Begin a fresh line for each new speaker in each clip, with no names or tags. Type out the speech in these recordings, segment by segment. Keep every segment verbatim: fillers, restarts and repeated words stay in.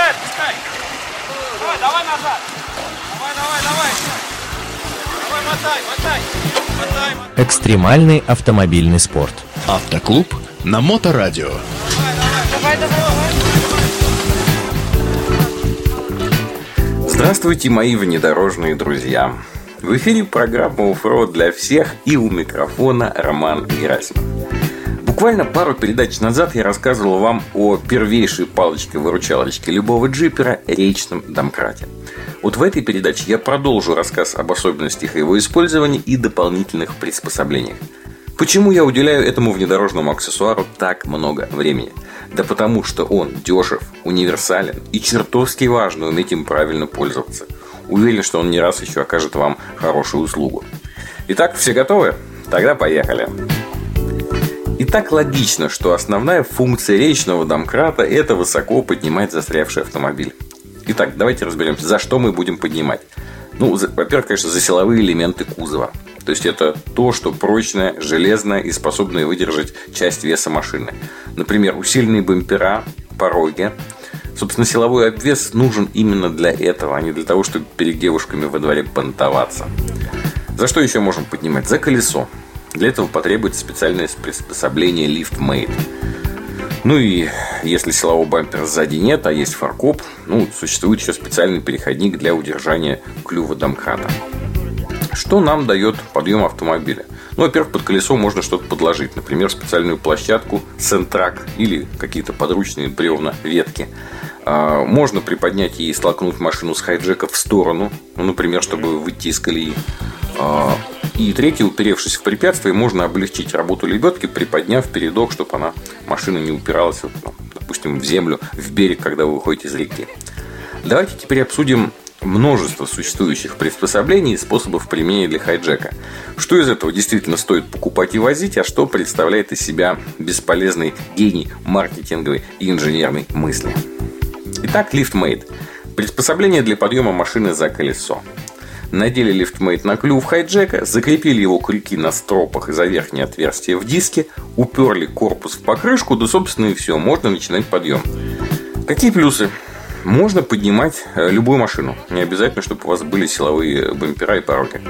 назад, пускай. Давай, давай назад. Давай, давай, давай. Давай, мотай, мотай. Мотай, мотай.
Экстремальный автомобильный спорт.
Автоклуб на Моторадио.
Давай, давай, давай.
Здравствуйте, мои внедорожные друзья. В эфире программа «Оффроуд для всех», и у микрофона Роман Герасимов. Буквально пару передач назад я рассказывал вам о первейшей палочке-выручалочке любого джипера – речном домкрате. Вот в этой передаче я продолжу рассказ об особенностях его использования и дополнительных приспособлениях. Почему я уделяю этому внедорожному аксессуару так много времени? Да потому что он дешев, универсален и чертовски важно уметь им правильно пользоваться. Уверен, что он не раз еще окажет вам хорошую услугу. Итак, все готовы? Тогда поехали. Итак, логично, что основная функция речного домкрата – это высоко поднимать застрявший автомобиль. Итак, давайте разберемся, за что мы будем поднимать. Ну, за, во-первых, конечно, за силовые элементы кузова. То есть это то, что прочное, железное и способное выдержать часть веса машины. Например, усиленные бампера, пороги. Собственно, силовой обвес нужен именно для этого, а не для того, чтобы перед девушками во дворе понтоваться. За что еще можем поднимать? За колесо. Для этого потребуется специальное приспособление LiftMate. Ну и если силового бампера сзади нет, а есть фаркоп, ну, существует еще специальный переходник для удержания клюва домкрата. Что нам дает подъем автомобиля? Ну, во-первых, под колесо можно что-то подложить. Например, специальную площадку Сентрак или какие-то подручные бревна, ветки. Можно приподнять и столкнуть машину с хайджека в сторону, ну, например, чтобы выйти из колеи. И третье, уперевшись в препятствие, можно облегчить работу лебедки, приподняв передок, чтобы она, машина не упиралась, ну, допустим, в землю, в берег, когда вы выходите из реки. Давайте теперь обсудим множество существующих приспособлений и способов применения для хайджека. Что из этого действительно стоит покупать и возить, а что представляет из себя бесполезный гений маркетинговой и инженерной мысли. Итак, LiftMate. Приспособление для подъема машины за колесо. Надели LiftMate на клюв хайджека, закрепили его крюки на стропах и за верхнее отверстие в диске, уперли корпус в покрышку, да, собственно, и все, можно начинать подъем. Какие плюсы? Можно поднимать любую машину. Не обязательно, чтобы у вас были силовые бампера и пороги.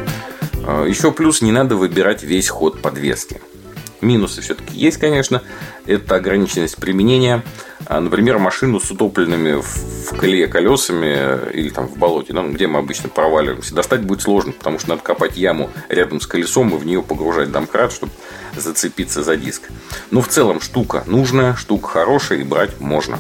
Еще плюс, не надо выбирать весь ход подвески. Минусы все-таки есть, конечно. Это ограниченность применения. Например, машину с утопленными в колее колесами или там в болоте, ну, где мы обычно проваливаемся, достать будет сложно, потому что надо копать яму рядом с колесом и в нее погружать домкрат, чтобы зацепиться за диск. Но в целом штука нужная, штука хорошая и брать можно.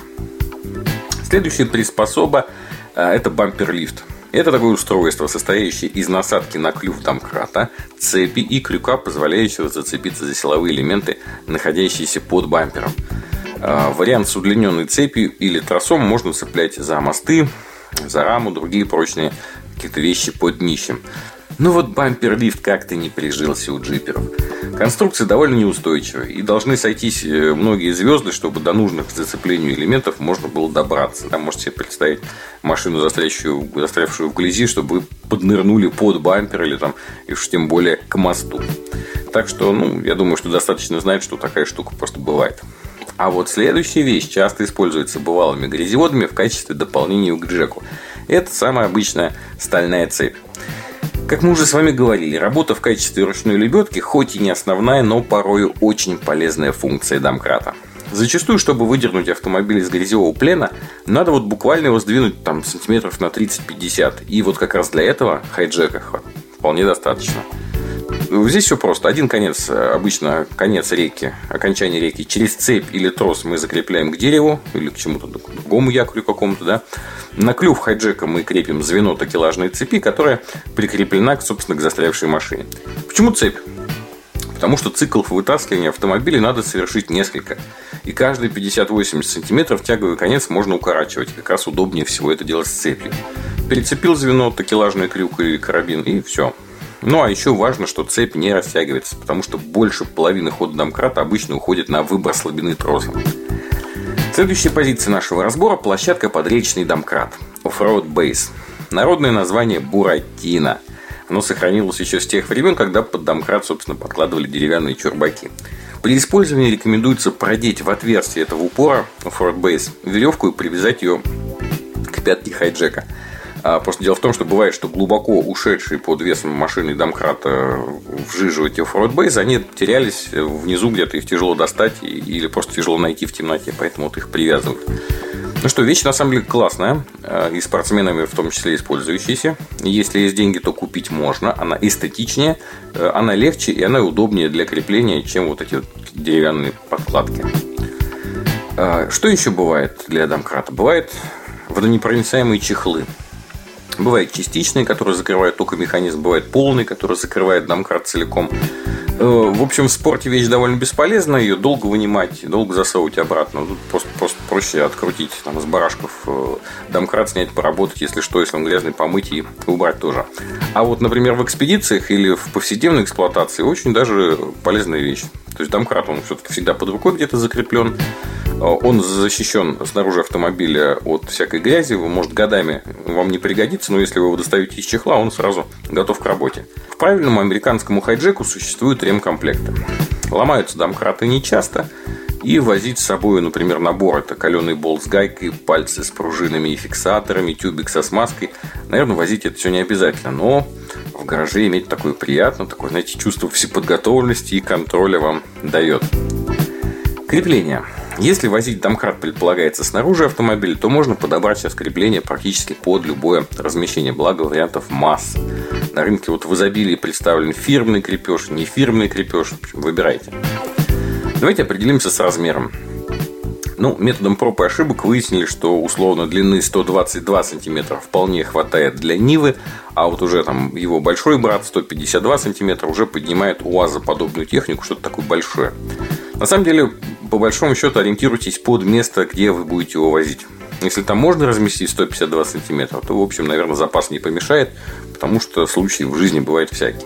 Следующая приспособа – это бампер-лифт. Это такое устройство, состоящее из насадки на клюв домкрата, цепи и крюка, позволяющего зацепиться за силовые элементы, находящиеся под бампером. Вариант с удлиненной цепью или тросом можно цеплять за мосты, за раму, другие прочные какие-то вещи под днищем. Но вот бампер-лифт как-то не прижился у джиперов. Конструкция довольно неустойчивая, и должны сойтись многие звезды, чтобы до нужных к зацеплению элементов можно было добраться. Там можете себе представить машину, застрявшую, застрявшую в грязи, чтобы вы поднырнули под бампер или там, и уж тем более к мосту. Так что, ну, я думаю, что достаточно знать, что такая штука просто бывает. А вот следующая вещь часто используется бывалыми грязеводами в качестве дополнения к джеку. Это самая обычная стальная цепь. Как мы уже с вами говорили, работа в качестве ручной лебедки хоть и не основная, но порою очень полезная функция домкрата. Зачастую, чтобы выдернуть автомобиль из грязевого плена, надо вот буквально его сдвинуть там сантиметров на тридцать-пятьдесят. И вот как раз для этого хайджека вполне достаточно. Здесь все просто. Один конец, обычно конец реки, окончание реки, через цепь или трос мы закрепляем к дереву или к чему-то другому якорю какому-то, да. На клюв хайджека мы крепим звено такелажной цепи, которая прикреплена, собственно, к застрявшей машине. Почему цепь? Потому что цикл вытаскивания автомобиля надо совершить несколько. И каждые пятьдесят-восемьдесят сантиметров тяговый конец можно укорачивать. Как раз удобнее всего это делать с цепью. Перецепил звено, такелажный крюк или карабин, и все. Ну, а еще важно, что цепь не растягивается, потому что больше половины хода домкрата обычно уходит на выбор слабины троса. Следующая позиция нашего разбора – площадка под речный домкрат. Off-Road Base. Народное название Буратино. Оно сохранилось еще с тех времен, когда под домкрат, собственно, подкладывали деревянные чурбаки. При использовании рекомендуется продеть в отверстие этого упора Off-Road Base веревку и привязать ее к пятке хайджека. Просто дело в том, что бывает, что глубоко ушедшие под весом машины домкрата в жижу эти оффроуд-бейз, они терялись внизу где-то, их тяжело достать или просто тяжело найти в темноте, поэтому вот их привязывают. Ну что, вещь на самом деле классная, и спортсменами в том числе использующаяся. Если есть деньги, то купить можно. Она эстетичнее, она легче и она удобнее для крепления, чем вот эти вот деревянные подкладки. Что еще бывает для домкрата? Бывают водонепроницаемые чехлы. Бывают частичные, которые закрывают только механизм, бывает полный, который закрывает домкрат целиком. В общем, в спорте вещь довольно бесполезная, ее долго вынимать, долго засовывать обратно. Тут просто, просто проще открутить там, с барашков домкрат, снять, поработать, если что, если он грязный, помыть и убрать тоже. А вот, например, в экспедициях или в повседневной эксплуатации очень даже полезная вещь. То есть домкрат, он все-таки всегда под рукой где-то закреплен. Он защищен снаружи автомобиля от всякой грязи. Вы, может, годами вам не пригодится, но если вы его достаете из чехла, он сразу готов к работе. К правильному американскому хайджеку существуют ремкомплекты. Ломаются домкраты нечасто. И возить с собой, например, набор. Это каленый болт с гайкой, пальцы с пружинами и фиксаторами, тюбик со смазкой. Наверное, возить это все не обязательно. Но в гараже иметь такое приятно, такое, знаете, чувство всеподготовленности и контроля вам дает. Крепление. Если возить домкрат предполагается снаружи автомобиля, то можно подобрать сейчас крепление практически под любое размещение. Благо вариантов масса. На рынке вот в изобилии представлен фирменный крепеж, не фирменный крепеж. В общем, выбирайте. Давайте определимся с размером. Ну, методом проб и ошибок выяснили, что условно длины сто двадцать два сантиметра вполне хватает для Нивы, а вот уже там его большой брат сто пятьдесят два сантиметра уже поднимает УАЗа-подобную технику, что-то такое большое. На самом деле, по большому счету, ориентируйтесь под место, где вы будете его возить. Если там можно разместить сто пятьдесят два сантиметра, то, в общем, наверное, запас не помешает, потому что случаи в жизни бывают всякие.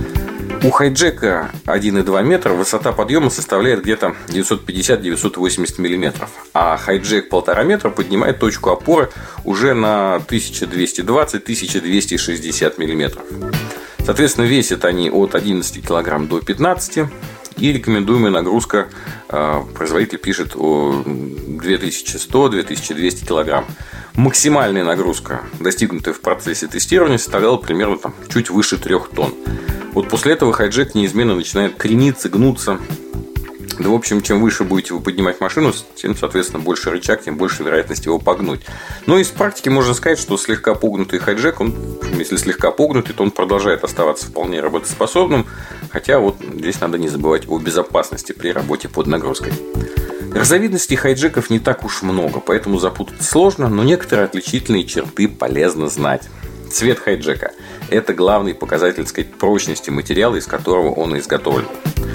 У хайджека один и два метра высота подъема составляет где-то девятьсот пятьдесят - девятьсот восемьдесят миллиметров, а хайджек полтора метра поднимает точку опоры уже на тысяча двести двадцать - тысяча двести шестьдесят миллиметров. Соответственно, весят они от одиннадцати килограмм до пятнадцати, и рекомендуемая нагрузка, производитель пишет, о две тысячи сто - две тысячи двести килограмм. Максимальная нагрузка, достигнутая в процессе тестирования, составляла примерно там, чуть выше трёх тонн. Вот после этого хайджек неизменно начинает крениться, гнуться. Да, в общем, чем выше будете вы поднимать машину, тем, соответственно, больше рычаг, тем больше вероятность его погнуть. Но из практики можно сказать, что слегка погнутый хайджек, он, если слегка погнутый, то он продолжает оставаться вполне работоспособным. Хотя вот здесь надо не забывать о безопасности при работе под нагрузкой. Разновидностей хайджеков не так уж много, поэтому запутать сложно, но некоторые отличительные черты полезно знать. Цвет хайджека – это главный показатель, сказать, прочности материала, из которого он изготовлен.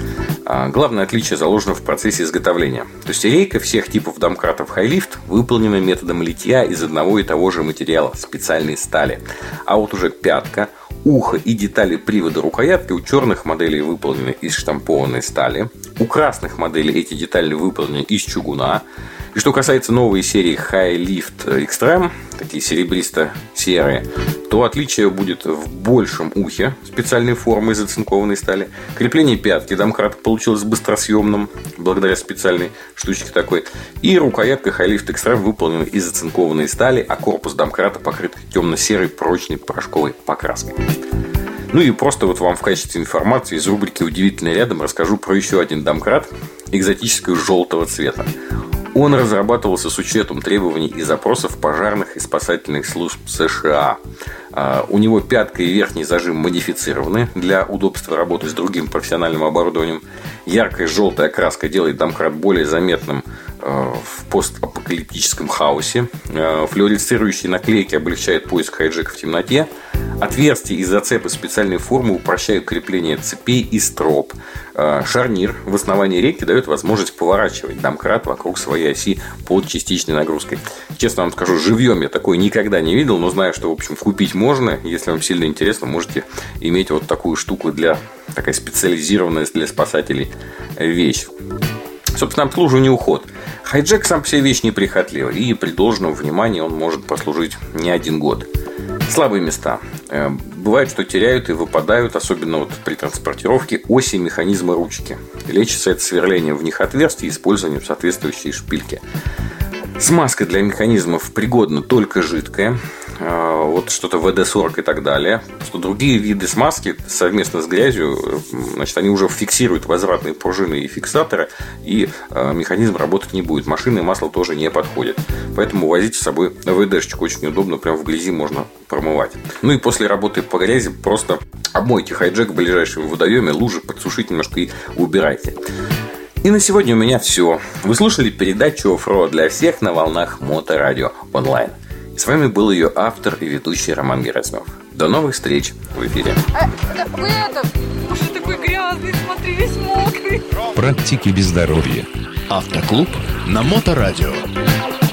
А главное отличие заложено в процессе изготовления. То есть рейка всех типов домкратов Хайлифт выполнена методом литья из одного и того же материала – специальной стали. А вот уже пятка, ухо и детали привода рукоятки у черных моделей выполнены из штампованной стали. У красных моделей эти детали выполнены из чугуна. И что касается новой серии Highlift Extreme, такие серебристо-серые, то отличие будет в большем ухе специальной формы из оцинкованной стали. Крепление пятки домкрата получилось быстросъемным, благодаря специальной штучке такой. И рукоятка Highlift Extreme выполнена из оцинкованной стали, а корпус домкрата покрыт темно-серой прочной порошковой покраской. Ну и просто вот вам в качестве информации из рубрики «Удивительный рядом» расскажу про еще один домкрат экзотического желтого цвета. Он разрабатывался с учетом требований и запросов пожарных и спасательных служб США. У него пятка и верхний зажим модифицированы для удобства работы с другим профессиональным оборудованием. Яркая желтая окраска делает домкрат более заметным в постапокалиптическом хаосе. Флуоресцирующие наклейки облегчают поиск хайджека в темноте. Отверстия и зацепы специальной формы упрощают крепление цепей и строп. Шарнир в основании рейки дает возможность поворачивать домкрат вокруг своей оси под частичной нагрузкой. Честно вам скажу, живьем я такой никогда не видел, но знаю, что, в общем, купить можно. Если вам сильно интересно, можете иметь вот такую штуку для такая специализированная для спасателей вещь. Собственно, обслуживание и уход. Хайджек сам по себе вещь неприхотливая, и при должном внимании он может послужить не один год. Слабые места. Бывает, что теряют и выпадают, особенно вот при транспортировке, оси механизма ручки. Лечится это сверлением в них отверстий и использованием соответствующей шпильки. Смазка для механизмов пригодна только жидкая. Вот что-то вэ дэ сорок и так далее. Что другие виды смазки совместно с грязью, значит, они уже фиксируют возвратные пружины и фиксаторы, и механизм работать не будет. Машинное масло тоже не подходит. Поэтому возите с собой вэ дэшечку. Очень удобно, прям в грязи можно промывать. Ну и после работы по грязи просто обмойте хайджек в ближайшем водоеме, лужи подсушите немножко и убирайте. И на сегодня у меня все. Вы слушали передачу «Оффроуд для всех» на волнах Моторадио онлайн. С вами был ее автор и ведущий Роман Герасимов. До новых встреч в эфире.
А, вы это... Уж такой грязный, смотри, весь мокрый.
Практики без здоровья.
Автоклуб на Моторадио.